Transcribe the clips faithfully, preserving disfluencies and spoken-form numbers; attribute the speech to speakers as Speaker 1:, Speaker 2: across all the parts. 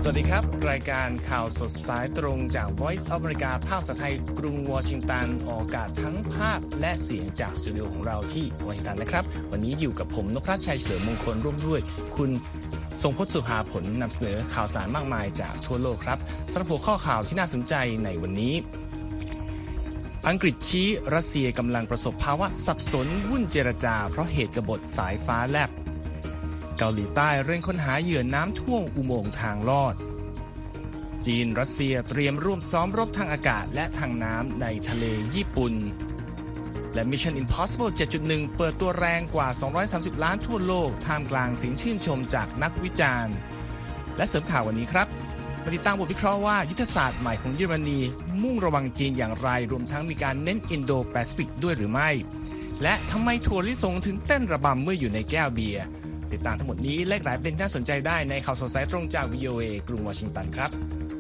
Speaker 1: วัสดีครับรายการข่าวสดสายตรงจาก Voice of America ภาคภาษาไทยกรุงวอชิงตันออกอากาศทั้งภาพและเสียงจากสตูดิโอของเราที่วอชิงตันนะครับวันนี้อยู่กับผมนพรัชชัยเฉลิมมงคลร่วมด้วยคุณทรงพจน์สุภาผลนำเสนอข่าวสารมากมายจากทั่วโลกครับสำหรับหัวข้อข่าวที่น่าสนใจในวันนี้อังกฤษชี้รัสเซียกำลังประสบภาวะสับสนวุ่นเจรจาเพราะเหตุกบฏสายฟ้าแลบเกาหลีใต้เร่งค้นหาเหยื่อน้ำท่วมอุโมงค์ทางลอดจีนรัสเซียเตรียมร่วมซ้อมรบทางอากาศและทางน้ำในทะเลญี่ปุ่นและ Mission Impossible เจ็ดจุดหนึ่ง เปิดตัวแรงกว่าสองร้อยสามสิบล้านทั่วโลกท่ามกลางเสียงชื่นชมจากนักวิจารณ์และเสริมข่าววันนี้ครับมาติดตามบทวิเคราะห์ว่ายุทธศาสตร์ใหม่ของเยอรมนีมุ่งระวังจีนอย่างไรรวมทั้งมีการเน้นอินโดแปซิฟิกด้วยหรือไม่และทำไมถั่วลิสงถึงเต้นระบำเมื่ออยู่ในแก้วเบียร์ติดตามทั้งหมดนี้และหลายประเด็นน่าสนใจได้ในข่าวสดสายตรงจาก วี โอ เอ กรุงวอชิงตันครับ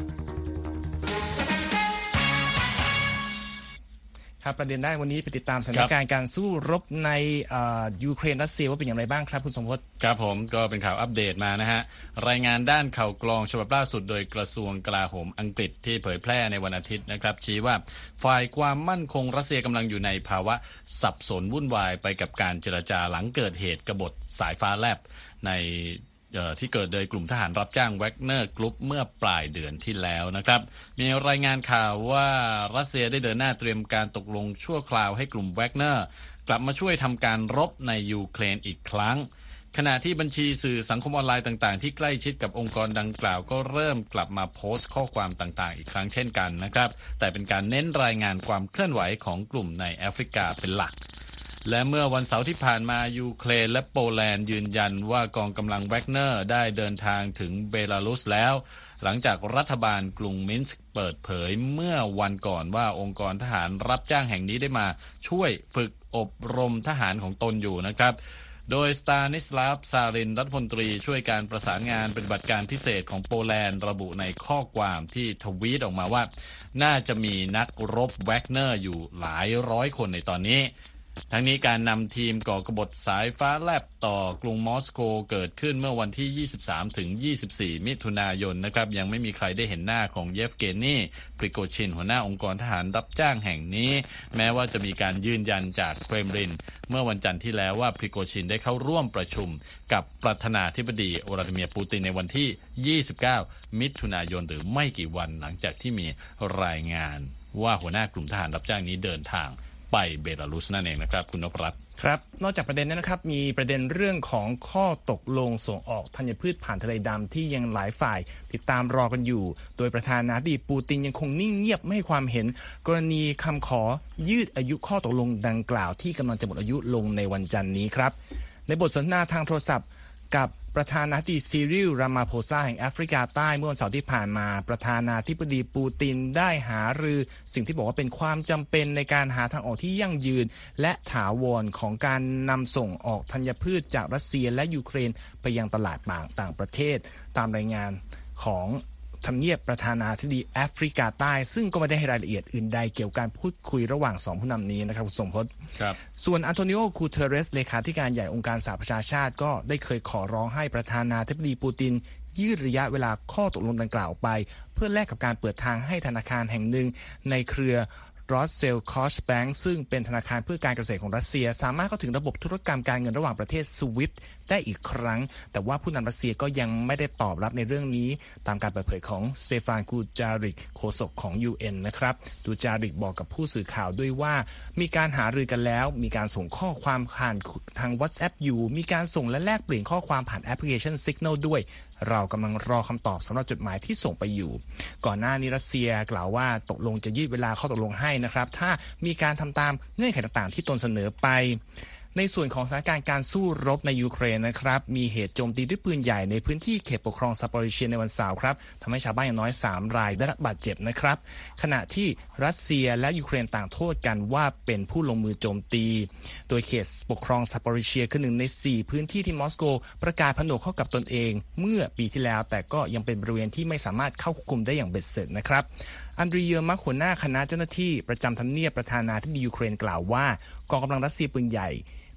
Speaker 1: ครับประเด็นได้วันนี้ไปติดตามสถานการณ์การสู้รบในยูเครนรัสเซียว่าเป็นอย่างไรบ้างครับคุณสมพศ
Speaker 2: ครับผมก็เป็นข่าวอัปเดตมานะฮะรายงานด้านข่าวกรองฉบับล่าสุดโดยกระทรวงกลาโหมอังกฤษที่เผยแพร่ในวันอาทิตย์นะครับชี้ว่าฝ่ายความมั่นคงรัสเซียกำลังอยู่ในภาวะสับสนวุ่นวายไปกับการเจรจาหลังเกิดเหตุกบฏสายฟ้าแลบในที่เกิดโดยกลุ่มทหารรับจ้างแวกเนอร์กรุ๊ปเมื่อปลายเดือนที่แล้วนะครับมีรายงานข่าวว่ารัสเซียได้เดินหน้าเตรียมการตกลงชั่วคราวให้กลุ่มแวกเนอร์กลับมาช่วยทำการรบในยูเครนอีกครั้งขณะที่บัญชีสื่อสังคมออนไลน์ต่างๆที่ใกล้ชิดกับองค์กรดังกล่าวก็เริ่มกลับมาโพสต์ข้อความต่างๆอีกครั้งเช่นกันนะครับแต่เป็นการเน้นรายงานความเคลื่อนไหวของกลุ่มในแอฟริกาเป็นหลักและเมื่อวันเสาร์ที่ผ่านมายูเครนและโปแลนด์ยืนยันว่ากองกำลังแวกเนอร์ได้เดินทางถึงเบลารุสแล้วหลังจากรัฐบาลกรุงมินสก์เปิดเผยเมื่อวันก่อนว่าองค์กรทหารรับจ้างแห่งนี้ได้มาช่วยฝึกอบรมทหารของตนอยู่นะครับโดยสตานิสลาฟซารินรัฐมนตรีช่วยการประสานงานปฏิบัติการพิเศษของโปแลนด์ระบุในข้อความที่ทวีตออกมาว่าน่าจะมีนักรบแวกเนอร์อยู่หลายร้อยคนในตอนนี้ทั้งนี้การนำทีมก่อกบฏสายฟ้าแลบต่อกรุงมอสโกเกิดขึ้นเมื่อวันที่ยี่สิบสามถึงยี่สิบสี่มิถุนายนนะครับยังไม่มีใครได้เห็นหน้าของเยฟเกนีปริโกชินหัวหน้าองค์กรทหารรับจ้างแห่งนี้แม้ว่าจะมีการยืนยันจากเครมลินเมื่อวันจันทร์ที่แล้วว่าปริโกชินได้เข้าร่วมประชุมกับประธานาธิบดีวลาดิเมียร์ปูตินในวันที่ยี่สิบเก้ามิถุนายนหรือไม่กี่วันหลังจากที่มีรายงานว่าหัวหน้ากลุ่มทหารรับจ้างนี้เดินทางไปเบลารุสนั่นเองนะครับคุณนพรัตน์
Speaker 1: ครับนอกจากประเด็นนั้นนะครับมีประเด็นเรื่องของข้อตกลงส่งออกธัญพืชผ่านทะเลดำที่ยังหลายฝ่ายติดตามรอกันอยู่โดยประธานาธิบดีปูตินยังคงนิ่งเงียบไม่ให้ความเห็นกรณีคำขอยืดอายุข้อตกลงดังกล่าวที่กำลังจะหมดอายุลงในวันจันทร์นี้ครับในบทสนทนาทางโทรศัพท์กับประธานาธิบดีซิริล รามาโพซาแห่งแอฟริกาใต้เมื่อวันเสาร์ที่ผ่านมาประธานาธิบดีปูตินได้หารือสิ่งที่บอกว่าเป็นความจำเป็นในการหาทางออกที่ยั่งยืนและถาวรของการนำส่งออกธัญพืชจากรัสเซียและยูเครนไปยังตลาดต่างประเทศตามรายงานของทำเนียบประธานาธิบดีแอฟริกาใต้ซึ่งก็ไม่ได้ให้รายละเอียดอื่นใดเกี่ยวกับการพูดคุยระหว่างสองผู้นำนี้นะครับคุณสมพศ
Speaker 2: ครับ
Speaker 1: ส่วนอันโตนิโอ กูเทเรสเลขาธิการใหญ่องค์การสหประชาชาติก็ได้เคยขอร้องให้ประธานาธิบดีปูตินยืดระยะเวลาข้อตกลงดังกล่าวไปเพื่อแลกกับการเปิดทางให้ธนาคารแห่งหนึ่งในเครือรอสเซลคอชแบงก์ซึ่งเป็นธนาคารเพื่อการเกษตรของรัสเซียสามารถเข้าถึงระบบธุรกรรมการเงินระหว่างประเทศสวิฟต์ได้อีกครั้งแต่ว่าผู้นำรัสเซียก็ยังไม่ได้ตอบรับในเรื่องนี้ตามการเปิดเผยของสเตฟานกูจาริกโฆษกของ ยู เอ็น นะครับดูจาริกบอกกับผู้สื่อข่าวด้วยว่ามีการหารือกันแล้วมีการส่งข้อความผ่านทาง WhatsApp อยู่มีการส่งและแลกเปลี่ยนข้อความผ่านแอปพลิเคชัน Signal ด้วยเรากำลังรอคำตอบสำหรับจดหมายที่ส่งไปอยู่ก่อนหน้านี้รัสเซียกล่าวว่าตกลงจะยืดเวลาข้อตกลงให้นะครับถ้ามีการทำตามเงื่อนไขต่างๆที่ตนเสนอไปในส่วนของสถานการณ์การสู้รบในยูเครนนะครับมีเหตุโจมตีด้วยปืนใหญ่ในพื้นที่เขตปกครองซาปอริเชียในวันเสาร์ครับทำให้ชาวบ้านอย่างน้อยสามรายได้รับบาดเจ็บนะครับขณะที่รัสเซียและยูเครนต่างโทษกันว่าเป็นผู้ลงมือโจมตีโดยเขตปกครองซาปอริเชียคือหนึ่งในสี่พื้นที่ที่มอสโกประกาศผนวกเข้ากับตนเองเมื่อปีที่แล้วแต่ก็ยังเป็นบริเวณที่ไม่สามารถเข้าควบคุมได้อย่างเบ็ดเสร็จนะครับอันดรีเยอร์มักหัวหน้าคณะเจ้าหน้าที่ประจำทำเนียบประธานาธิบดียูเครนกล่าวว่ากองกำลังรัสเซียปืนใหญ่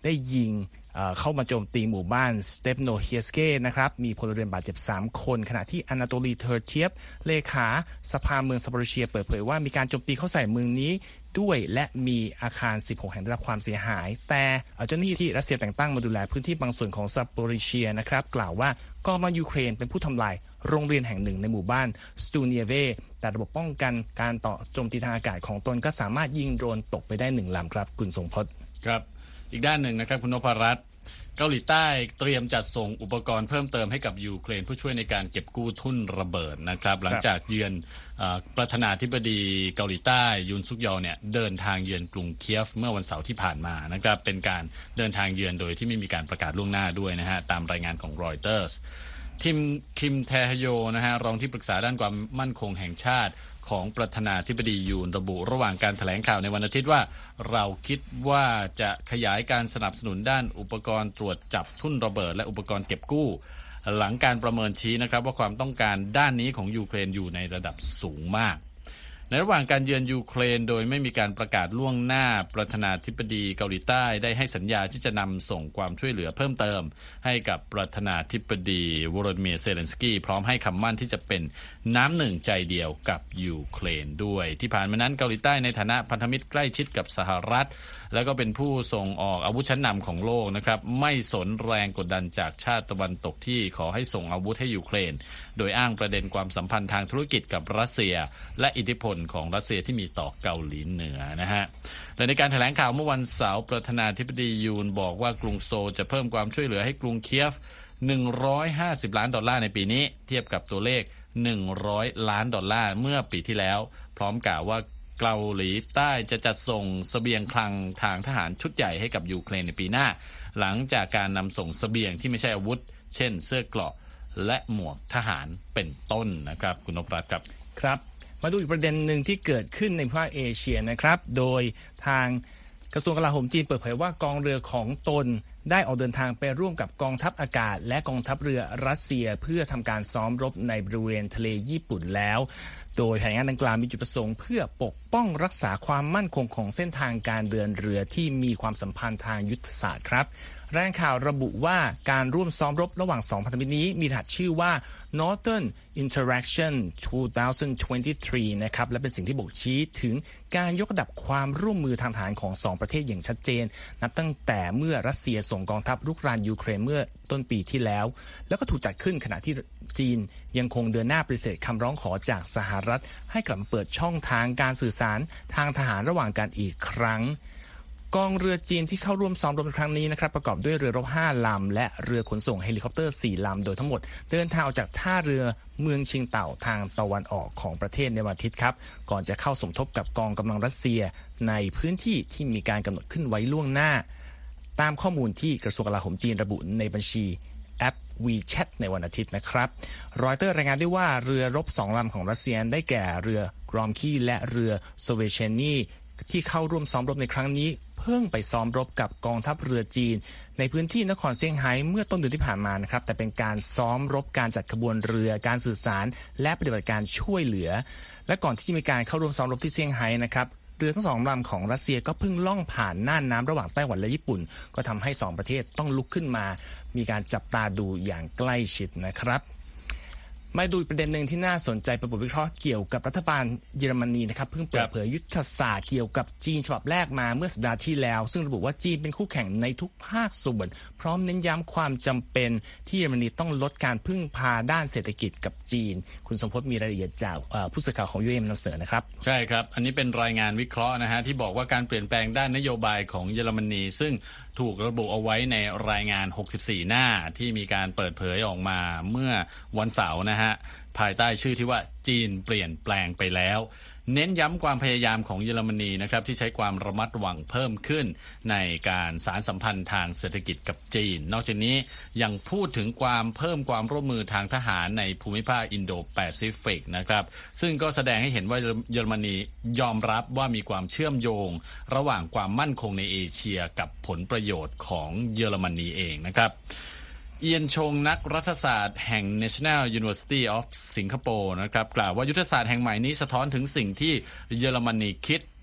Speaker 1: ได้ยิงเข้ามาโจมตีหมู่บ้านสเตปโนเฮียสเกนะครับมีพลเรือนบาดเจ็บสามคนขณะที่อนาโตลีเทอร์เทียฟเลขาสภาเมืองซาโปริเชียเปิดเผยว่ามีการโจมตีเข้าใส่เมืองนี้ด้วยและมีอาคารสิบหกแห่งได้รับความเสียหายแต่เจ้าหน้าที่ที่รัสเซียแต่งตั้งมาดูแลพื้นที่บางส่วนของซาโปริเชียนะครับกล่าวว่ากองกำลังยูเครนเป็นผู้ทำลายโรงเรียนแห่งหนึ่งในหมู่บ้านสตูเนียเวแต่ระบบป้องกันการต่อโจมตีทางอากาศของตนก็สามารถยิงโดรนตกไปได้หนึ่งลำครับคุณทรงพจน์
Speaker 2: ครับอีกด้านหนึ่งนะครับคุณนพรัตน์เกาหลีใต้เตรียมจัดส่งอุปกรณ์เพิ่มเติมให้กับยูเครนผู้ช่วยในการเก็บกู้ทุ่นระเบิดนะครับหลังจากเยือนประธานาธิบดีเกาหลีใต้ยุนซุกยอเนี่ยเดินทางเยือนกรุงเคียฟเมื่อวันเสาร์ที่ผ่านมานะครับเป็นการเดินทางเยือนโดยที่ไม่มีการประกาศล่วงหน้าด้วยนะฮะตามรายงานของรอยเตอร์สทิมคิมแทฮโยนะฮะรองที่ปรึกษาด้านความมั่นคงแห่งชาติของประธานาธิบดียูนระบุระหว่างการแถลงข่าวในวันอาทิตย์ว่าเราคิดว่าจะขยายการสนับสนุนด้านอุปกรณ์ตรวจจับทุ่นระเบิดและอุปกรณ์เก็บกู้หลังการประเมินชี้นะครับว่าความต้องการด้านนี้ของยูเครนอยู่ในระดับสูงมากในระหว่างการเยือนยูเครนโดยไม่มีการประกาศล่วงหน้าประธานาธิบดีเกาหลีใต้ได้ให้สัญญาที่จะนำส่งความช่วยเหลือเพิ่มเติมให้กับประธานาธิบดีวโลดิเมียร์เซเลนสกี้พร้อมให้คำมั่นที่จะเป็นน้ำหนึ่งใจเดียวกับยูเครนด้วยที่ผ่านมานั้นเกาหลีใต้ในฐานะพันธมิตรใกล้ชิดกับสหรัฐแล้วก็เป็นผู้ส่งออกอาวุธชั้นนำของโลกนะครับไม่สนแรงกดดันจากชาติตะวันตกที่ขอให้ส่งอาวุธให้ยูเครนโดยอ้างประเด็นความสัมพันธ์ทางธุรกิจกับรัสเซียและอิทธิพลของรัสเซียที่มีต่อเกาหลีเหนือนะฮะและในการแถลงข่าวเมื่อวันเสาร์ประธานาธิบดียูนบอกว่ากรุงโซลจะเพิ่มความช่วยเหลือให้กรุงเคียฟหนึ่งร้อยห้าสิบล้านดอลลาร์ในปีนี้เทียบกับตัวเลขหนึ่งร้อยล้านดอลลาร์เมื่อปีที่แล้วพร้อมกล่าวว่าเกาหลีใต้จะจัดส่งเสบียงคลังทางทหารชุดใหญ่ให้กับยูเครนในปีหน้าหลังจากการนำส่งเสบียงที่ไม่ใช่อาวุธเช่นเสื้อเกราะและหมวกทหารเป็นต้นนะครับคุณนพรัตน์ครับ
Speaker 1: ครับมาดูอีกประเด็นหนึ่งที่เกิดขึ้นในภาคเอเชียนะครับโดยทางกระทรวงกลาโหมจีนเปิดเผยว่ากองเรือของตนได้ออกเดินทางไปร่วมกับกองทัพอากาศและกองทัพเรือรัสเซียเพื่อทำการซ้อมรบในบริเวณทะเลญี่ปุ่นแล้วโดยแผนงานดังกล่าวมีจุดประสงค์เพื่อปกป้องรักษาความมั่นคงของเส้นทางการเดินเรือที่มีความสัมพันธ์ทางยุทธศาสตร์ครับรายงานข่าวระบุว่าการร่วมซ้อมรบระหว่างสองพันธมิตรนี้มีรหัสชื่อว่า Northern Interaction สองพันยี่สิบสามนะครับและเป็นสิ่งที่บ่งชี้ถึงการยกระดับความร่วมมือทางทหารของสองประเทศอย่างชัดเจนนับตั้งแต่เมื่อรัสเซียส่งกองทัพรุกรานยูเครนเมื่อต้นปีที่แล้วแล้วก็ถูกจัดขึ้นขณะที่จีนยังคงเดินหน้าปฏิเสธคำร้องขอจากสหรัฐให้กลับมาเปิดช่องทางการสื่อสารทางทหารระหว่างกันอีกครั้งกองเรือจีนที่เข้าร่วมซ้อมรบในครั้งนี้นะครับประกอบด้วยเรือรบห้าลำและเรือขนส่งเฮลิคอปเตอร์สี่ลำโดยทั้งหมดเดินทางออกจากท่าเรือเมืองชิงเต่าทางตะวันออกของประเทศในวันอาทิตย์ครับก่อนจะเข้าสมทบกับกองกำลังรัสเซียในพื้นที่ที่มีการกำหนดขึ้นไว้ล่วงหน้าตามข้อมูลที่กระทรวงกลาโหมจีนระบุในบัญชีแอป WeChat ในวันอาทิตย์นะครับรอยเตอร์รายงานได้ว่าเรือรบสองลำของรัสเซียได้แก่เรือกรอมคีและเรือโซเวเชนีที่เข้าร่วมซ้อมรบในครั้งนี้เพิ่งไปซ้อมรบกับกองทัพเรือจีนในพื้นที่นครเซี่ยงไฮ้เมื่อต้นเดือนที่ผ่านมานะครับแต่เป็นการซ้อมรบการจัดขบวนเรือการสื่อสารและปฏิบัติการช่วยเหลือและก่อนที่จะมีการเข้าร่วมซ้อมรบที่เซี่ยงไฮ้นะครับเรือทั้งสองลำของรัสเซียก็เพิ่งล่องผ่านน่านน้ำระหว่างไต้หวันและญี่ปุ่นก็ทำให้สองประเทศต้องลุกขึ้นมามีการจับตาดูอย่างใกล้ชิดนะครับมาดูประเด็นหนึ่งที่น่าสนใจเป็นบทวิเคราะห์เกี่ยวกับรัฐบาลเยอรมนีนะครับเพิ่งเปิดเผยยุทธศาสตร์เกี่ยวกับจีนฉบับแรกมาเมื่อสัปดาห์ที่แล้วซึ่งระบุว่าจีนเป็นคู่แข่งในทุกภาคส่วนพร้อมเน้นย้ำความจำเป็นที่เยอรมนีต้องลดการพึ่งพาด้านเศรษฐกิจกับจีนคุณสมพจน์มีรายละเอียดจากผู้สื่อข่าวของ ยู เอ็ม นำเสนอนะครับ
Speaker 2: ใช่ครับอันนี้เป็นรายงานวิเคราะห์นะฮะที่บอกว่าการเปลี่ยนแปลงด้านนโยบายของเยอรมนีซึ่งถูกระบุเอาไว้ในรายงานหกสิบสี่หน้าที่มีการเปิดเผยออกมาเมื่อวันเสาร์นะฮะภายใต้ชื่อที่ว่าจีนเปลี่ยนแปลงไปแล้วเน้นย้ำความพยายามของเยอรมนีนะครับที่ใช้ความระมัดระวังเพิ่มขึ้นในการสานสัมพันธ์ทางเศรษฐกิจกับจีนนอกจากนี้ยังพูดถึงความเพิ่มความร่วมมือทางทหารในภูมิภาคอินโดแปซิฟิกนะครับซึ่งก็แสดงให้เห็นว่าเยอรมนียอมรับว่ามีความเชื่อมโยงระหว่างความมั่นคงในเอเชียกับผลประโยชน์ของเยอรมนีเองนะครับเอียนชงนักรัฐศาสตร์แห่ง National University of Singapore นะครับกล่าวว่ายุทธศาสตร์แห่งใหม่นี้สะท้อนถึงสิ่งที่เยอรมนีคิด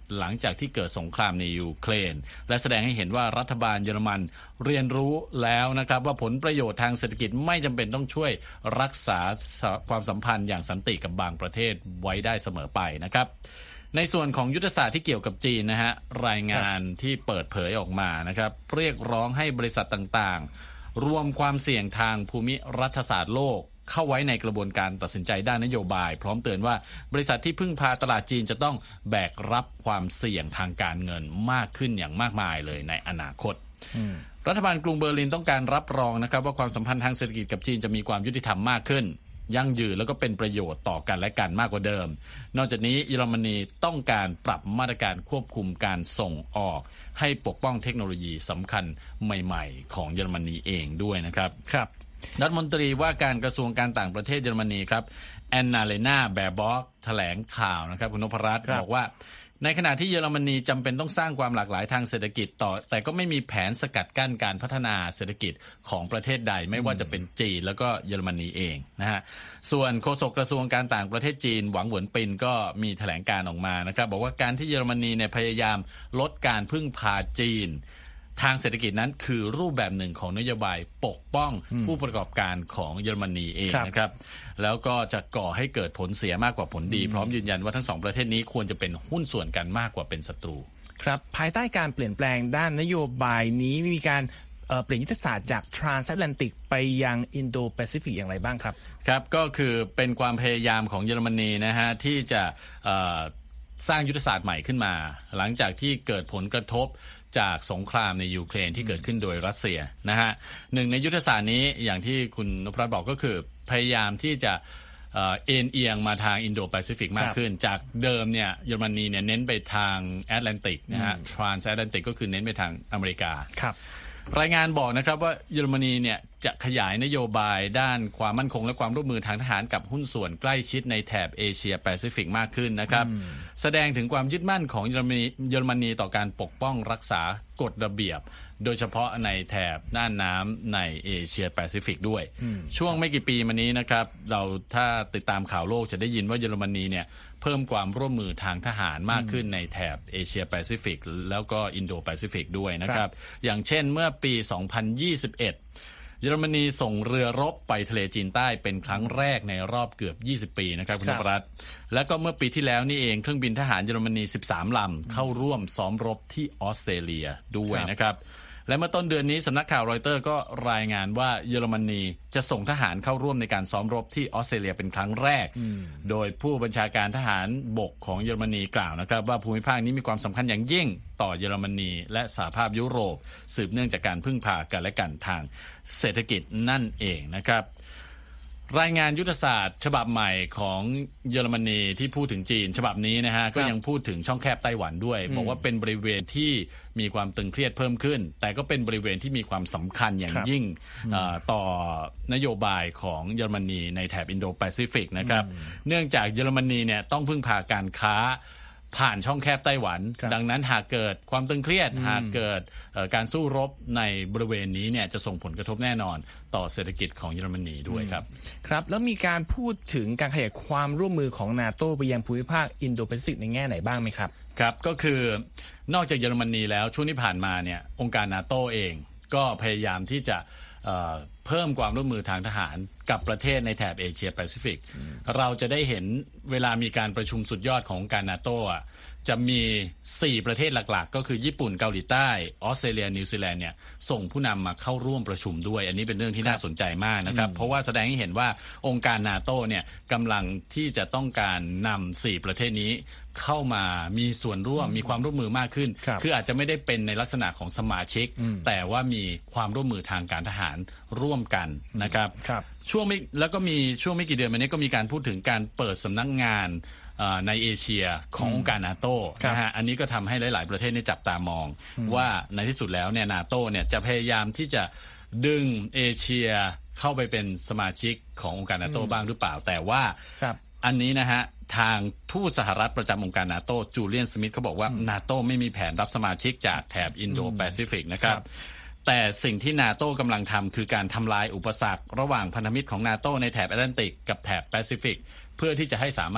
Speaker 2: หลังจากที่เกิดสงครามในยูเครนและแสดงให้เห็นว่ารัฐบาลเยอรมันเรียนรู้แล้วนะครับว่าผลประโยชน์ทางเศรษฐกิจไม่จำเป็นต้องช่วยรักษาความสัมพันธ์อย่างสันติกับบางประเทศไว้ได้เสมอไปนะครับในส่วนของยุทธศาสตร์ที่เกี่ยวกับจีนนะฮะรายงานที่เปิดเผยออกมานะครับเรียกร้องให้บริษัทต่างๆรวมความเสี่ยงทางภูมิรัฐศาสตร์โลกเข้าไว้ในกระบวนการตัดสินใจด้านนโยบายพร้อมเตือนว่าบริษัทที่พึ่งพาตลาดจีนจะต้องแบกรับความเสี่ยงทางการเงินมากขึ้นอย่างมากมายเลยในอนาคตรัฐบาลกรุงเบอร์ลินต้องการรับรองนะครับว่าความสัมพันธ์ทางเศรษฐกิจกับจีนจะมีความยุติธรรมมากขึ้นยั่งยืนแล้วก็เป็นประโยชน์ต่อกันและกันมากกว่าเดิมนอกจากนี้เยอรมนีต้องการปรับมาตรการควบคุมการส่งออกให้ปกป้องเทคโนโลยีสำคัญใหม่ๆของเยอรมนีเองด้วยนะครับ
Speaker 1: ครับ
Speaker 2: รัฐมนตรีว่าการกระทรวงการต่างประเทศเยอรมนีครับแอนนาเลนาแบร์บ็อกแถลงข่าวนะครับคุณนพรัตน์บอกว่าในขณะที่เยอรมนีจำเป็นต้องสร้างความหลากหลายทางเศรษฐกิจต่อแต่ก็ไม่มีแผนสกัดกั้นการพัฒนาเศรษฐกิจของประเทศใดไม่ว่าจะเป็นจีนแล้วก็เยอรมนีเองนะฮะส่วนโฆษกกระทรวงการต่างประเทศจีนหวังเหวินปินก็มีแถลงการออกมานะครับบอกว่าการที่เยอรมนีเนี่ยพยายามลดการพึ่งพาจีนทางเศรษฐกิจนั้นคือรูปแบบหนึ่งของนโยบายปกป้องผู้ประกอบการของเยอรมนีเองนะครับแล้วก็จะก่อให้เกิดผลเสียมากกว่าผลดีพร้อมยืนยันว่าทั้งสองประเทศนี้ควรจะเป็นหุ้นส่วนกันมากกว่าเป็นศัตรู
Speaker 1: ครับภายใต้การเปลี่ยนแปลงด้านนโยบายนี้มีการเปลี่ยนยุทธศาสตร์จาก Trans-Atlantic ไปยัง Indo-Pacific อย่างไรบ้างครับ
Speaker 2: ครับก็คือเป็นความพยายามของเยอรมนีนะฮะที่จะสร้างยุทธศาสตร์ใหม่ขึ้นมาหลังจากที่เกิดผลกระทบจากสงครามในยูเครนที่เกิดขึ้นโดยรัสเซียนะฮะหนึ่งในยุทธศาสตร์นี้อย่างที่คุณนพรัตน์บอกก็คือพยายามที่จะเอ็นเอียงมาทางอินโดแปซิฟิกมากขึ้นจากเดิมเนี่ยเยอรมนีเนี่ยเน้นไปทางแอตแลนติกนะฮะทรานส์แอตแลนติกก็คือเน้นไปทางอเมริกา
Speaker 1: ครับ
Speaker 2: รายงานบอกนะครับว่าเยอรมนีเนี่ยจะขยายนโยบายด้านความมั่นคงและความร่วมมือทางทหารกับหุ้นส่วนใกล้ชิดในแถบเอเชียแปซิฟิกมากขึ้นนะครับแสดงถึงความยึดมั่นของเยอรมนีเยอรมนีต่อการปกป้องรักษากฎระเบียบโดยเฉพาะในแถบน่านน้ำในเอเชียแปซิฟิกด้วยช่วงไม่กี่ปีมานี้นะครับเราถ้าติดตามข่าวโลกจะได้ยินว่าเยอรมนีเนี่ยเพิ่มความร่วมมือทางทหารมากขึ้นในแถบเอเชียแปซิฟิกแล้วก็อินโดแปซิฟิกด้วยนะครับอย่างเช่นเมื่อปีสองพันยี่สิบเอ็ดเยอรมนีส่งเรือรบไปทะเลจีนใต้เป็นครั้งแรกในรอบเกือบยี่สิบปีนะครับคุณนพรัตน์และก็เมื่อปีที่แล้วนี่เองเครื่องบินทหารเยอรมนีสิบสามลำเข้าร่วมซ้อมรบที่ออสเตรเลียด้วยนะครับและเมื่อต้นเดือนนี้สำนักข่าวรอยเตอร์ก็รายงานว่าเยอรมนีจะส่งทหารเข้าร่วมในการซ้อมรบที่ออสเตรเลียเป็นครั้งแรกโดยผู้บัญชาการทหารบกของเยอรมนีกล่าวนะครับว่าภูมิภาคนี้มีความสำคัญอย่างยิ่งต่อเยอรมนีและสหภาพยุโรปสืบเนื่องจากการพึ่งพากันและกันทางเศรษฐกิจนั่นเองนะครับรายงานยุทธศาสตร์ฉบับใหม่ของเยอรมนีที่พูดถึงจีนฉบับนี้นะฮะก็ยังพูดถึงช่องแคบไต้หวันด้วยบอกว่าเป็นบริเวณที่มีความตึงเครียดเพิ่มขึ้นแต่ก็เป็นบริเวณที่มีความสำคัญอย่างยิ่งต่อนโยบายของเยอรมนีในแถบอินโดแปซิฟิกนะครับเนื่องจากเยอรมนีเนี่ยต้องพึ่งพาการค้าผ่านช่องแคบไต้หวันดังนั้นหากเกิดความตึงเครียดหากเกิดการสู้รบในบริเวณนี้เนี่ยจะส่งผลกระทบแน่นอนต่อเศรษฐกิจของเยอรมนีด้วยครับ
Speaker 1: ครับแล้วมีการพูดถึงการขยายความร่วมมือของ NATO ไปยังภูมิภาคอินโดแปซิฟิกในแง่ไหนบ้างไหมครับ
Speaker 2: ครับก็คือนอกจากเยอรมนีแล้วช่วงที่ผ่านมาเนี่ยองค์การ NATO เองก็พยายามที่จะเพิ่มความร่วมมือทางทหารกับประเทศในแถบเอเชียแปซิฟิกเราจะได้เห็นเวลามีการประชุมสุดยอดของการ NATO อ่ะจะมีสี่ประเทศหลักๆก็คือญี่ปุ่นเกาหลีใต้ออสเตรเลียนิวซีแลนด์เนี่ยส่งผู้นำมาเข้าร่วมประชุมด้วยอันนี้เป็นเรื่องที่น่าสนใจมากนะครับเพราะว่าแสดงให้เห็นว่าองค์การ NATO เนี่ยกำลังที่จะต้องการนำสี่ประเทศนี้เข้ามามีส่วนร่วมมีความร่วมมือมากขึ้น ค, คืออาจจะไม่ได้เป็นในลักษณะของสมาชิกแต่ว่ามีความร่วมมือทางการทหารร่วมกันนะครับช่วงไม่แล้วก็มีช่วงไม่กี่เดือนมานี้ก็มีการพูดถึงการเปิดสำนักงานในเอเชียขององค์การ NATO นะฮะอันนี้ก็ทำให้หลายๆประเทศนี่จับตามองว่าในที่สุดแล้วเนี่ย NATO เนี่ยจะพยายามที่จะดึงเอเชียเข้าไปเป็นสมาชิกขององค์การ NATO บ้างหรือเปล่าแต่ว่าอันนี้นะฮะทางทูตสหรัฐประจำองค์การ NATO จูเลียนสมิธเขาบอกว่า NATO ไม่มีแผนรับสมาชิกจากแถบอินโดแปซิฟิกนะครับแต่สิ่งที่ NATO กำลังทำคือการทำลายอุปสรรคระหว่างพันธมิตรของ NATO ในแถบแอตแลนติกกับแถบแปซิฟิกเพื่อที่จะให้สามารถ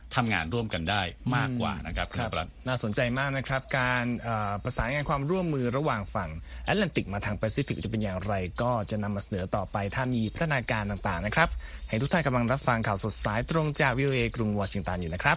Speaker 2: ทำงานร่วมกันได้มากกว่านะครับครับ
Speaker 1: น่าสนใจมากนะครับการประสานงานความร่วมมือระหว่างฝั่งแอตแลนติกมาทางแปซิฟิกจะเป็นอย่างไรก็จะนำมาเสนอต่อไปถ้ามีพัฒนาการต่างๆนะครับให้ทุกท่านกำลังรับฟังข่าวสดสายตรงจาก วี โอ เอ กรุงวอชิงตันอยู่นะครับ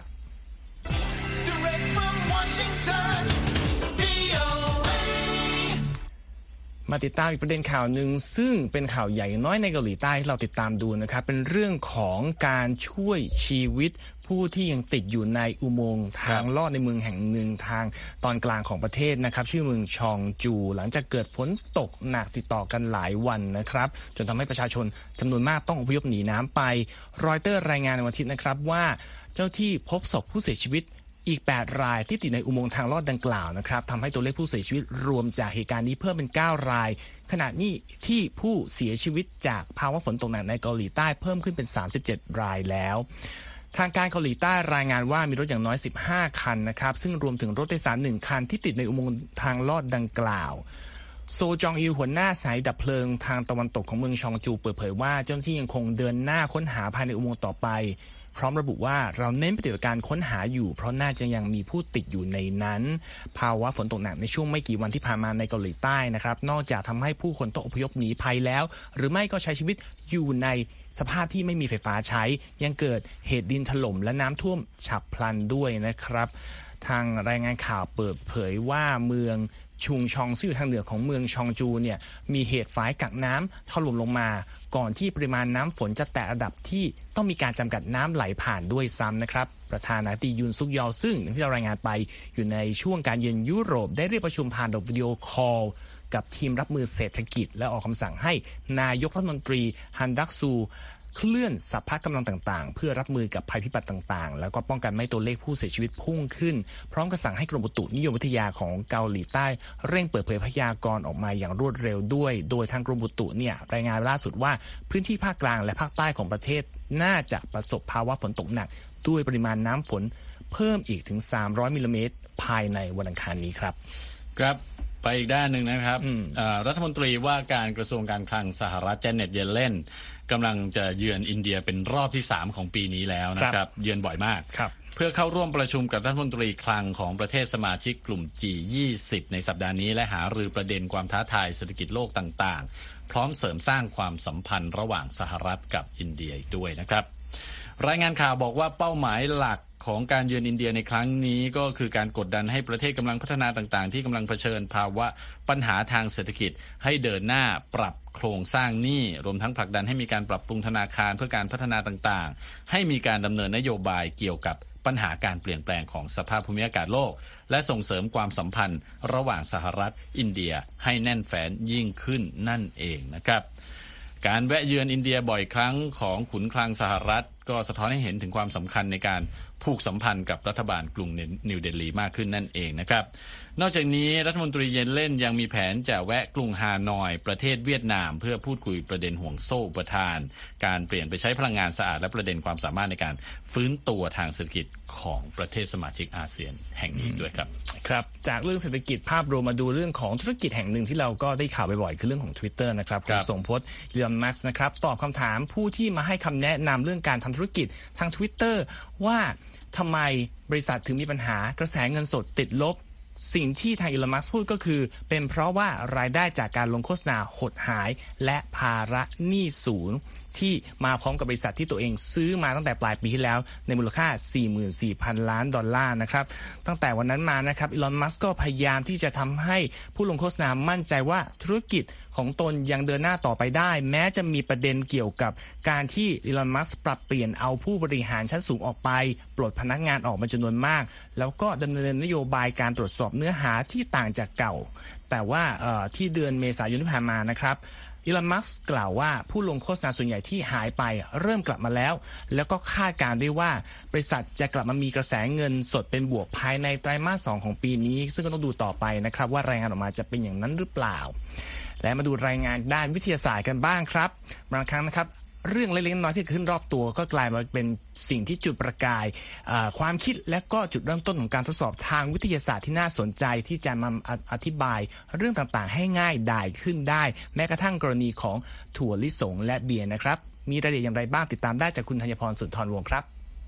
Speaker 1: มาติดตามอีกประเด็นข่าวหนึ่งซึ่งเป็นข่าวใหญ่น้อยในเกาหลีใต้ที่เราติดตามดูนะครับเป็นเรื่องของการช่วยชีวิตผู้ที่ยังติดอยู่ในอุโมงค์ทางลอดในเมืองแห่งหนึ่งทางตอนกลางของประเทศนะครับชื่อเมืองชองจูหลังจากเกิดฝนตกหนักติดต่อกันหลายวันนะครับจนทำให้ประชาชนจำนวนมากต้องอพยพหนีน้ำไปรอยเตอร์รายงานในวันอาทิตย์นะครับว่าเจ้าที่พบศพผู้เสียชีวิตอีกแปดรายที่ติดในอุโมงค์ทางลอดดังกล่าวนะครับทำให้ตัวเลขผู้เสียชีวิตรวมจากเหตุการณ์นี้เพิ่มเป็นเก้ารายขณะนี้ที่ผู้เสียชีวิตจากภาวะฝนตกหนักในเกาหลีใต้เพิ่มขึ้นเป็นสามสิบเจ็ดรายแล้วทางการเกาหลีใต้รายงานว่ามีรถอย่างน้อยสิบห้าคันนะครับซึ่งรวมถึงรถโดยสารหนึ่งคันที่ติดในอุโมงค์ทางลอดดังกล่าวโซจองอิลหัวหน้าสายดับเพลิงทางตะวันตกของเมืองชองจูเปิดเผยว่าเจ้าหน้าที่ยังคงเดินหน้าค้นหาภายในอุโมงค์ต่อไปพร้อมระบุว่าเราเน้นปฏิบัติการค้นหาอยู่เพราะน่าจะยังมีผู้ติดอยู่ในนั้นภาวะฝนตกหนักในช่วงไม่กี่วันที่ผ่านมาในเกาหลีใต้นะครับนอกจากทำให้ผู้คนต้องอพยพหนีภัยแล้วหรือไม่ก็ใช้ชีวิตอยู่ในสภาพที่ไม่มีไฟฟ้าใช้ยังเกิดเหตุดินถล่มและน้ำท่วมฉับพลันด้วยนะครับทางรายงานข่าวเปิดเผยว่าเมืองชุงชองซึ่งอยู่ทางเหนือของเมืองชองจูเนี่ยมีเหตุฝายกักน้ำถล่มลงมาก่อนที่ปริมาณน้ำฝนจะแตะระดับที่ต้องมีการจำกัดน้ำไหลผ่านด้วยซ้ำนะครับประธานาธิบดียุนซุกยอลซึ่งอย่างที่เรารายงานไปอยู่ในช่วงการเยือนยุโรปได้เรียกประชุมผ่านระบบวิดีโอคอลกับทีมรับมือเศรษฐกิจและออกคำสั่งให้นายกรัฐมนตรีฮันดักซูเคลื่อนสัพพะกำลังต่างๆเพื่อรับมือกับภัยพิบัติต่างๆแล้วก็ป้องกันไม่ให้ตัวเลขผู้เสียชีวิตพุ่งขึ้นพร้อมกับสั่งให้กรมอุตุนิยมวิทยาของเกาหลีใต้เร่งเปิดเผยพยากรณ์ออกมาอย่างรวดเร็วด้วยโดยทางกรมอุตุเนี่ยรายงานล่าสุดว่าพื้นที่ภาคกลางและภาคใต้ของประเทศน่าจะประสบภาวะฝนตกหนักด้วยปริมาณน้ำฝนเพิ่มอีกถึงสามร้อยมิลลิเมตรภายในวันอังคารนี้ครับ
Speaker 2: ครับไปอีกด้านหนึ่งนะครับรัฐมนตรีว่าการกระทรวงการคลังสหรัฐเจเน็ตเยเลนกำลังจะเยือนอินเดียเป็นรอบที่สามของปีนี้แล้วนะครับเยือนบ่อยมากเพื่อเข้าร่วมประชุมกับรัฐมนตรีคลังของประเทศสมาชิกกลุ่ม จี ยี่สิบ ในสัปดาห์นี้และหารือประเด็นความท้าทายเศรษฐกิจโลกต่างๆพร้อมเสริมสร้างความสัมพันธ์ระหว่างสหรัฐกับอินเดียด้วยนะครับรายงานข่าวบอกว่าเป้าหมายหลักของการเยือนอินเดียในครั้งนี้ก็คือการกดดันให้ประเทศกำลังพัฒนาต่างๆที่กำลังเผชิญภาวะปัญหาทางเศรษฐกิจให้เดินหน้าปรับโครงสร้างหนี้รวมทั้งผลักดันให้มีการปรับปรุงธนาคารเพื่อการพัฒนาต่างๆให้มีการดำเนินนโยบายเกี่ยวกับปัญหาการเปลี่ยนแปลงของสภาพภูมิอากาศโลกและส่งเสริมความสัมพันธ์ระหว่างสหรัฐอินเดียให้แน่นแฟ้นยิ่งขึ้นนั่นเองนะครับการแวะเยือนอินเดียบ่อยครั้งของขุนคลังสหรัฐก็สะท้อนให้เห็นถึงความสำคัญในการผูกสัมพันธ์กับรัฐบาลกรุงนิวเดลีมากขึ้นนั่นเองนะครับนอกจากนี้รัฐมนตรีเยเลนยังมีแผนจะแวะกรุงฮานอยประเทศเวียดนามเพื่อพูดคุยประเด็นห่วงโซ่อุปทานการเปลี่ยนไปใช้พลังงานสะอาดและประเด็นความสามารถในการฟื้นตัวทางเศรษฐกิจของประเทศสมาชิกอาเซียนแห่งนี้ด้วยครับ
Speaker 1: ครับจากเรื่องเศรษฐกิจภาพรวมมาดูเรื่องของธุรกิจแห่งหนึ่งที่เราก็ได้ข่าวบ่อยๆคือเรื่องของ Twitter นะครับคุณส่งโพสต์อีลอน มัสก์นะครับตอบคำถามผู้ที่มาให้คำแนะนำเรื่องการทำธุรกิจทาง Twitter ว่าทำไมบริษัทถึงมีปัญหากระแสเงินสดติดลบสิ่งที่ทางอีลอน มัสก์พูดก็คือเป็นเพราะว่ารายได้จากการลงโฆษณาหดหายและภาระหนี้สูงที่มาพร้อมกับบริษัทที่ตัวเองซื้อมาตั้งแต่ปลายปีที่แล้วในมูลค่า สี่หมื่นสี่พัน ล้านดอลลาร์นะครับตั้งแต่วันนั้นมานะครับอีลอน มัสก์ก็พยายามที่จะทำให้ผู้ลงโฆษณามั่นใจว่าธุรกิจของตนยังเดินหน้าต่อไปได้แม้จะมีประเด็นเกี่ยวกับการที่อีลอน มัสก์ปรับเปลี่ยนเอาผู้บริหารชั้นสูงออกไปปลดพนักงานออกมาจำนวนมากแล้วก็ดำเนินนโยบายการตรวจสอบเนื้อหาที่ต่างจากเก่าแต่ว่าที่เดือนเมษายนที่ผ่านมานะครับอีลอน มัสก์กล่าวว่าผู้ลงโฆษณาส่วนใหญ่ที่หายไปเริ่มกลับมาแล้วแล้วก็คาดการณ์ได้ว่าบริษัทจะกลับมามีกระแสเงินสดเป็นบวกภายในไตรมาสสองของปีนี้ซึ่งก็ต้องดูต่อไปนะครับว่ารายงานออกมาจะเป็นอย่างนั้นหรือเปล่าและมาดูรายงานด้านวิทยาศาสตร์กันบ้างครับบางครั้งนะครับเรื่องเล็กๆน้อยๆที่เกิดขึ้นรอบตัวก็กลายมาเป็นสิ่งที่จุดประกายความคิดและก็จุดเริ่มต้นของการทดสอบทางวิทยาศาสตร์ที่น่าสนใจที่จะมาอธิบายเรื่องต่างๆให้ง่ายดายขึ้นได้แม้กระทั่งกรณีของถั่วลิสงและเบียร์นะครับมีรายละเอียดอย่างไรบ้างติดตามได้จากคุณธัญพรสุนทรวงศ์ครับ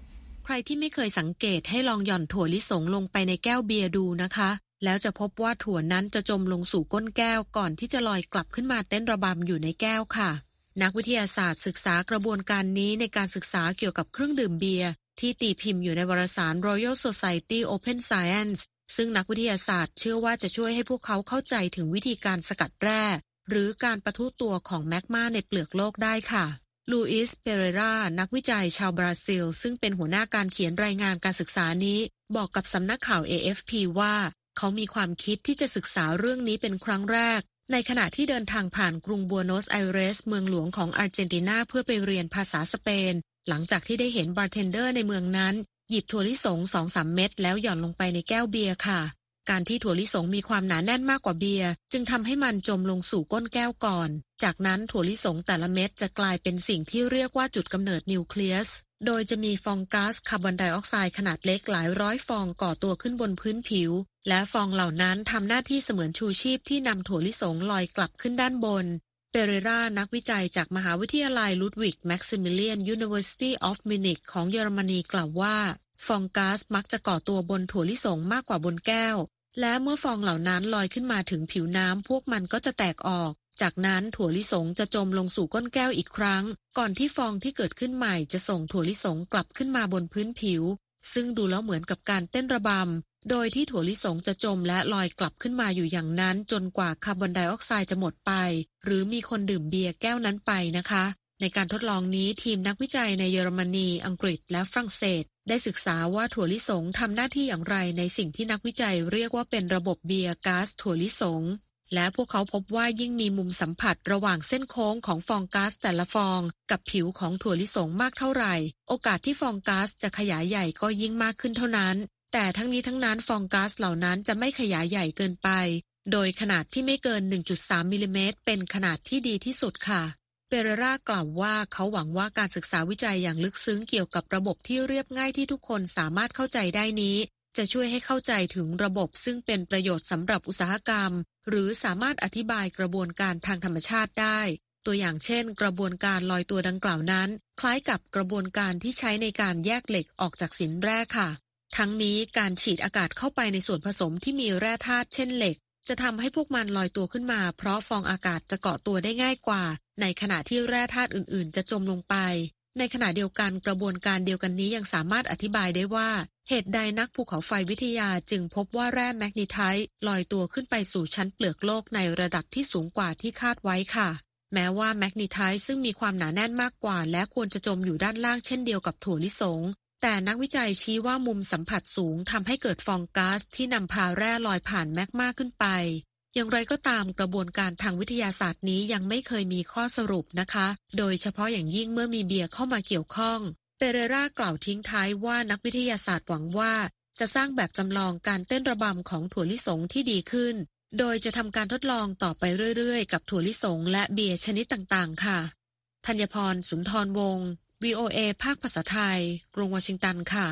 Speaker 3: ใครที่ไม่เคยสังเกตให้ลองหย่อนถั่วลิสงลงไปในแก้วเบียร์ดูนะคะแล้วจะพบว่าถั่วนั้นจะจมลงสู่ก้นแก้วก่อนที่จะลอยกลับขึ้นมาเต้นระบำอยู่ในแก้วค่ะนักวิทยาศาสตร์ศึกษากระบวนการนี้ในการศึกษาเกี่ยวกับเครื่องดื่มเบียร์ที่ตีพิมพ์อยู่ในวารสาร Royal Society Open Science ซึ่งนักวิทยาศาสตร์เชื่อว่าจะช่วยให้พวกเขาเข้าใจถึงวิธีการสกัดแร่หรือการปะทุตัวของแมกมาในเปลือกโลกได้ค่ะลูอิส เปเรรานักวิจัยชาวบราซิลซึ่งเป็นหัวหน้าการเขียนรายงานการศึกษานี้บอกกับสำนักข่าว เอ เอฟ พี ว่าเขามีความคิดที่จะศึกษาเรื่องนี้เป็นครั้งแรกในขณะที่เดินทางผ่านกรุงบัวโนสไอเรสเมืองหลวงของอาร์เจนตินาเพื่อไปเรียนภาษาสเปนหลังจากที่ได้เห็นบาร์เทนเดอร์ในเมืองนั้นหยิบถั่วลิสง สองถึงสาม เม็ดแล้วหย่อนลงไปในแก้วเบียร์ค่ะการที่ถั่วลิสงมีความหนาแน่นมากกว่าเบียร์จึงทำให้มันจมลงสู่ก้นแก้วก่อนจากนั้นถั่วลิสงแต่ละเม็ดจะกลายเป็นสิ่งที่เรียกว่าจุดกำเนิดนิวเคลียสโดยจะมีฟองก๊าซคาร์บอนไดออกไซด์ขนาดเล็กหลายร้อยฟองก่อตัวขึ้นบนพื้นผิวและฟองเหล่านั้นทำหน้าที่เสมือนชูชีพที่นำถั่วลิสงลอยกลับขึ้นด้านบนเปเรรานักวิจัยจากมหาวิทยาลัยลุดวิกแม็กซิมิเลียน University of Munich ของเยอรมนีกล่าวว่าฟองก๊าซมักจะก่อตัวบนถั่วลิสงมากกว่าบนแก้วและเมื่อฟองเหล่านั้นลอยขึ้นมาถึงผิวน้ำพวกมันก็จะแตกออกจากนั้นถั่วลิสงจะจมลงสู่ก้นแก้วอีกครั้งก่อนที่ฟองที่เกิดขึ้นใหม่จะส่งถั่วลิสงกลับขึ้นมาบนพื้นผิวซึ่งดูแล้วเหมือนกับการเต้นระบำโดยที่ถั่วลิสงจะจมและลอยกลับขึ้นมาอยู่อย่างนั้นจนกว่าคาร์บอนไดออกไซด์จะหมดไปหรือมีคนดื่มเบียร์แก้วนั้นไปนะคะในการทดลองนี้ทีมนักวิจัยในเยอรมนีอังกฤษและฝรั่งเศสได้ศึกษาว่าถั่วลิสงทำหน้าที่อย่างไรในสิ่งที่นักวิจัยเรียกว่าเป็นระบบเบียร์ก๊าซถั่วลิสงและพวกเขาพบว่ายิ่งมีมุมสัมผัสระหว่างเส้นโค้งของฟองก๊าซแต่ละฟองกับผิวของถั่วลิสงมากเท่าไหร่โอกาสที่ฟองก๊าซจะขยายใหญ่ก็ยิ่งมากขึ้นเท่านั้นแต่ทั้งนี้ทั้งนั้นฟองก๊าซเหล่านั้นจะไม่ขยายใหญ่เกินไปโดยขนาดที่ไม่เกิน หนึ่งจุดสาม มิลลิเมตรเป็นขนาดที่ดีที่สุดค่ะเปเรรากล่าวว่าเขาหวังว่าการศึกษาวิจัยอย่างลึกซึ้งเกี่ยวกับระบบที่เรียบง่ายที่ทุกคนสามารถเข้าใจได้นี้จะช่วยให้เข้าใจถึงระบบซึ่งเป็นประโยชน์สำหรับอุตสาหกรรมหรือสามารถอธิบายกระบวนการทางธรรมชาติได้ตัวอย่างเช่นกระบวนการลอยตัวดังกล่าวนั้นคล้ายกับกระบวนการที่ใช้ในการแยกเหล็กออกจากสินแร่ค่ะทั้งนี้การฉีดอากาศเข้าไปในส่วนผสมที่มีแร่ธาตุเช่นเหล็กจะทำให้พวกมันลอยตัวขึ้นมาเพราะฟองอากาศจะเกาะตัวได้ง่ายกว่าในขณะที่แร่ธาตุอื่นๆจะจมลงไปในขณะเดียวกันกระบวนการเดียวกันนี้ยังสามารถอธิบายได้ว่าเหตุใดนักภูเขาไฟวิทยาจึงพบว่าแร่แมกนีไทต์ลอยตัวขึ้นไปสู่ชั้นเปลือกโลกในระดับที่สูงกว่าที่คาดไว้ค่ะแม้ว่าแมกนีไทต์ซึ่งมีความหนาแน่นมากกว่าและควรจะจมอยู่ด้านล่างเช่นเดียวกับถั่วลิสงแต่นักวิจัยชี้ว่ามุมสัมผัสสูงทำให้เกิดฟองก๊าซที่นำพาแร่ลอยผ่านแมกมาขึ้นไปอย่างไรก็ตามกระบวนการทางวิทยาศาสตร์นี้ยังไม่เคยมีข้อสรุปนะคะโดยเฉพาะอย่างยิ่งเมื่อมีเบียร์เข้ามาเกี่ยวข้องเปเรรากล่าวทิ้งท้ายว่านักวิทยาศาสตร์หวังว่าจะสร้างแบบจำลองการเต้นระบำของถั่วลิสงที่ดีขึ้นโดยจะทำการทดลองต่อไปเรื่อยๆกับถั่วลิสงและเบียร์ชนิดต่างๆค่ะธัญพร สุนทรวงศ์ วี โอ เอ ภาคภาษาไทยกรุงวอชิงตันค่ะ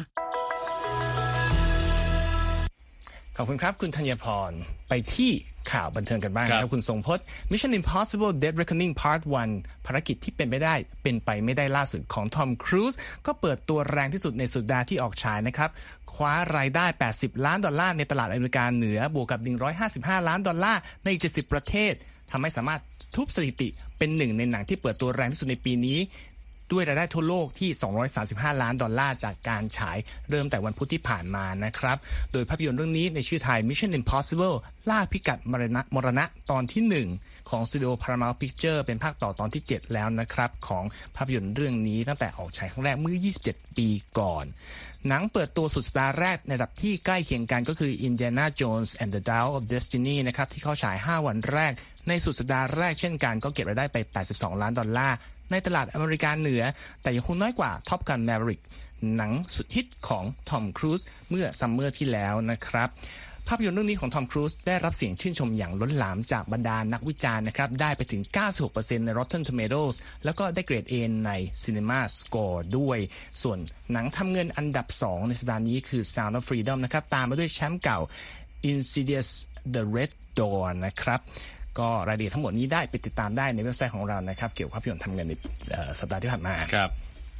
Speaker 1: ขอบคุณครับคุณธัญพรไปที่ข่าวบันเทิงกันบ้างครับคุณทรงพจน์ Mission Impossible Dead Reckoning Part วันภารกิจที่เป็นไปได้เป็นไปไม่ได้ล่าสุดของทอมครูซก็เปิดตัวแรงที่สุดในสัปดาห์ที่ออกฉายนะครับคว้ารายได้แปดสิบล้านดอลลาร์ในตลาดอเมริกาเหนือบวกกับหนึ่งร้อยห้าสิบห้าล้านดอลลาร์ในอีกเจ็ดสิบประเทศทำให้สามารถทุบสถิติเป็นหนึ่งในหนังที่เปิดตัวแรงที่สุดในปีนี้ด้วยรายได้ทั่วโลกที่สองร้อยสามสิบห้าล้านดอลลาร์จากการฉายเริ่มแต่วันพุธที่ผ่านมานะครับโดยภาพยนตร์เรื่องนี้ในชื่อไทย Mission Impossible ล่าพิกัดมรณะมรณะตอนที่หนึ่งของสตูดิโอ Paramount Picture เป็นภาคต่อตอนที่เจ็ดแล้วนะครับของภาพยนตร์เรื่องนี้ตั้งแต่ออกฉายครั้งแรกเมื่อยี่สิบเจ็ดปีก่อนหนังเปิดตัวสุดสัปดาห์แรกในระดับที่ใกล้เคียงกันก็คือ Indiana Jones and the Dial of Destiny นะครับที่เข้าฉายห้าวันแรกในสุดสัปดาห์แรกเช่นกันก็เก็บรายได้ไปแปดสิบสองล้านดอลลาร์ในตลาดอเมริกาเหนือแต่ยังคงน้อยกว่า Top Gun Maverick หนังสุดฮิตของทอมครูซเมื่อซัมเมอร์ที่แล้วนะครับภาพยนตร์เรื่องนี้ของทอมครูซได้รับเสียงชื่นชมอย่างล้นหลามจากบรรดานักวิจารณ์นะครับได้ไปถึง เก้าสิบหกเปอร์เซ็นต์ ใน Rotten Tomatoes แล้วก็ได้เกรด A ใน Cinema Score ด้วยส่วนหนังทำเงินอันดับสองในสัปดาห์นี้คือ Sound of Freedom นะครับตามมาด้วยแชมป์เก่า Insidious The Red Door นะครับก็รายละเอียดทั้งหมดนี้ได้ไปติดตามได้ในเว็บไซต์ของเรานะครับเกี่ยวกับภาพยนตร์ทำเงินในสัปดาห์ที่ผ่านมา
Speaker 2: ครับ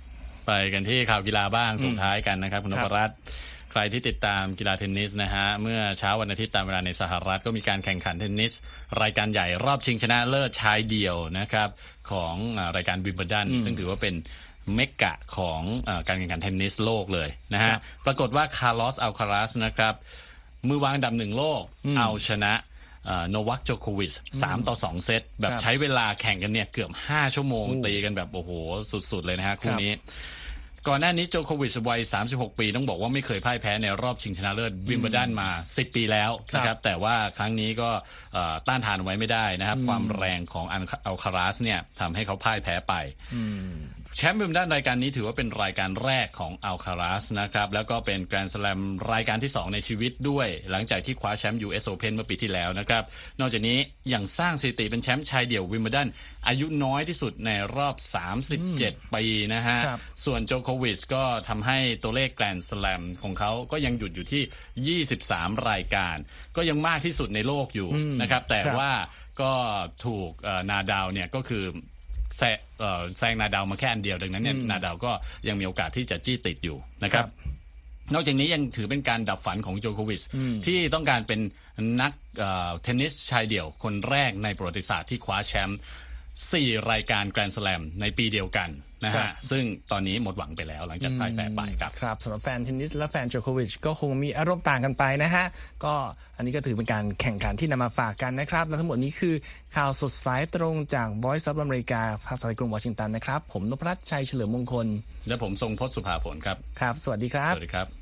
Speaker 2: ไปกันที่ข่าวกีฬาบ้างส่งท้ายกันนะครับคุณนพรัตน์ใครที่ติดตามกีฬาเทนนิสนะฮะเมื่อเช้าวันอาทิตย์ตามเวลาในสหรัฐก็มีการแข่งขันเทนนิสรายการใหญ่รอบชิงชนะเลิศชายเดี่ยวนะครับของรายการวิมเบิลดันซึ่งถือว่าเป็นเมกะของการแข่งขันเทนนิสโลกเลยนะฮะปรากฏว่าคาร์ลอสอัลคาราสนะครับมือวางอันดับหนึ่งโลกเอาชนะโนวัคโจโควิชสามต่อสองเซตแบบใช้เวลาแข่งกันเนี่ยเกือบห้าชั่วโมงตีกันแบบโอ้โหสุดๆเลยนะฮะคู่นี้ก่อนหน้านี้โจโควิชวัยสามสิบหกปีต้องบอกว่าไม่เคยพ่ายแพ้ในรอบชิงชนะเลิศวิมเบิลดันมาสิบปีแล้วนะครับแต่ว่าครั้งนี้ก็ต้านทานไว้ไม่ได้นะครับความแรงของอัลคาราสเนี่ยทำให้เขาพ่ายแพ้ไปแชมป์วิมเบิลดันรายการนี้ถือว่าเป็นรายการแรกของอัลคาราสนะครับแล้วก็เป็นแกรนด์สแลมรายการที่สองในชีวิตด้วยหลังจากที่คว้าแชมป์ ยู เอส Open เมื่อปีที่แล้วนะครับนอกจากนี้ยังสร้างสถิติเป็นแชมป์ชายเดี่ยววิมเบิลดันอายุน้อยที่สุดในรอบสามสิบเจ็ดปีนะฮะส่วนโจโควิชก็ทำให้ตัวเลขแกรนด์สแลมของเขาก็ยังหยุดอยู่ที่ยี่สิบสามรายการก็ยังมากที่สุดในโลกอยู่นะครับแต่ว่าก็ถูกนาดาวเนี่ยก็คือแซงแซงนาดาวมาแค่อันเดียวดังนั้นเนี่ยนาดาวก็ยังมีโอกาสที่จะจี้ติดอยู่นะครับนอกจากนี้ยังถือเป็นการดับฝันของโจโควิชที่ต้องการเป็นนักเทนนิสชายเดี่ยวคนแรกในประวัติศาสตร์ที่คว้าแชมป์สี่รายการแกรนด์สแลมในปีเดียวกันนะฮะซึ่งตอนนี้หมดหวังไปแล้วหลังจากพ่ายแพ้ไปครับ
Speaker 1: ครับสำหรับแฟนเทนนิสและแฟนโจโควิชก็คงมีอารมณ์ต่างกันไปนะฮะก็อันนี้ก็ถือเป็นการแข่งขันที่นำมาฝากกันนะครับและทั้งหมดนี้คือข่าวสดสายตรงจาก Voice of America ภาคสายกรุงวอชิงตันนะครับผมนพรัตน์ชัยเฉลิมมงคล
Speaker 2: และผมทรงพจน์สุภาผลครับ
Speaker 1: ครับสวัสดีครับ
Speaker 2: สวัสดีครับ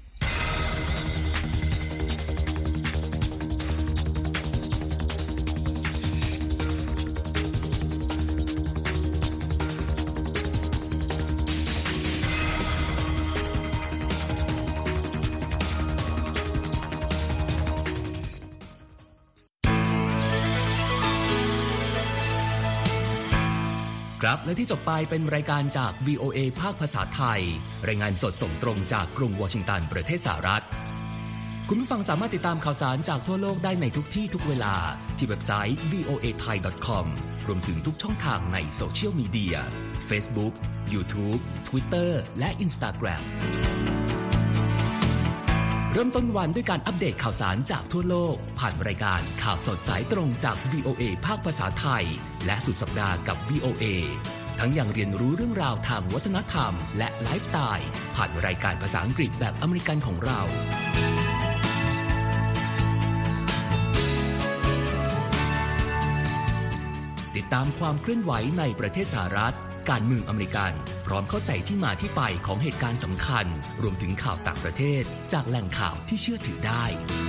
Speaker 4: ครับและที่จบไปเป็นรายการจาก วี โอ เอ ภาคภาษาไทยรายงานสดส่งตรงจากกรุงวอชิงตันประเทศสหรัฐคุณผู้ฟังสามารถติดตามข่าวสารจากทั่วโลกได้ในทุกที่ทุกเวลาที่เว็บไซต์ วี โอ เอ ไทย ดอท คอม รวมถึงทุกช่องทางในโซเชียลมีเดีย Facebook YouTube Twitter และ Instagram เริ่มต้นวันด้วยการอัปเดตข่าวสารจากทั่วโลกผ่านรายการข่าวสดสายตรงจาก วี โอ เอ ภาคภาษาไทยและสุดสัปดาห์กับ วี โอ เอ ทั้งยังเรียนรู้เรื่องราวทางวัฒนธรรมและไลฟ์สไตล์ผ่านรายการภาษาอังกฤษแบบอเมริกันของเราติดตามความเคลื่อนไหวในประเทศสหรัฐการเมืองอเมริกันพร้อมเข้าใจที่มาที่ไปของเหตุการณ์สำคัญรวมถึงข่าวต่างประเทศจากแหล่งข่าวที่เชื่อถือได้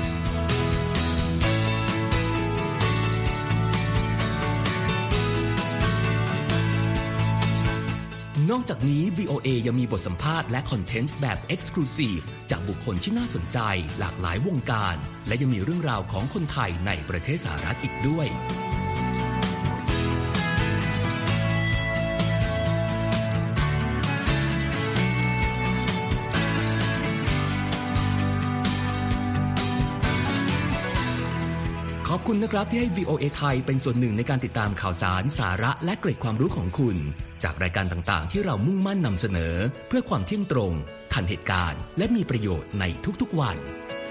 Speaker 4: นอกจากนี้ วี โอ เอ ยังมีบทสัมภาษณ์และคอนเทนต์แบบ Exclusive จากบุคคลที่น่าสนใจหลากหลายวงการและยังมีเรื่องราวของคนไทยในประเทศสหรัฐอีกด้วยขอบคุณนะครับที่ให้ วี โอ เอ ไทยเป็นส่วนหนึ่งในการติดตามข่าวสารสาระและเกร็ดความรู้ของคุณจากรายการต่างๆที่เรามุ่งมั่นนำเสนอเพื่อความเที่ยงตรงทันเหตุการณ์และมีประโยชน์ในทุกๆวัน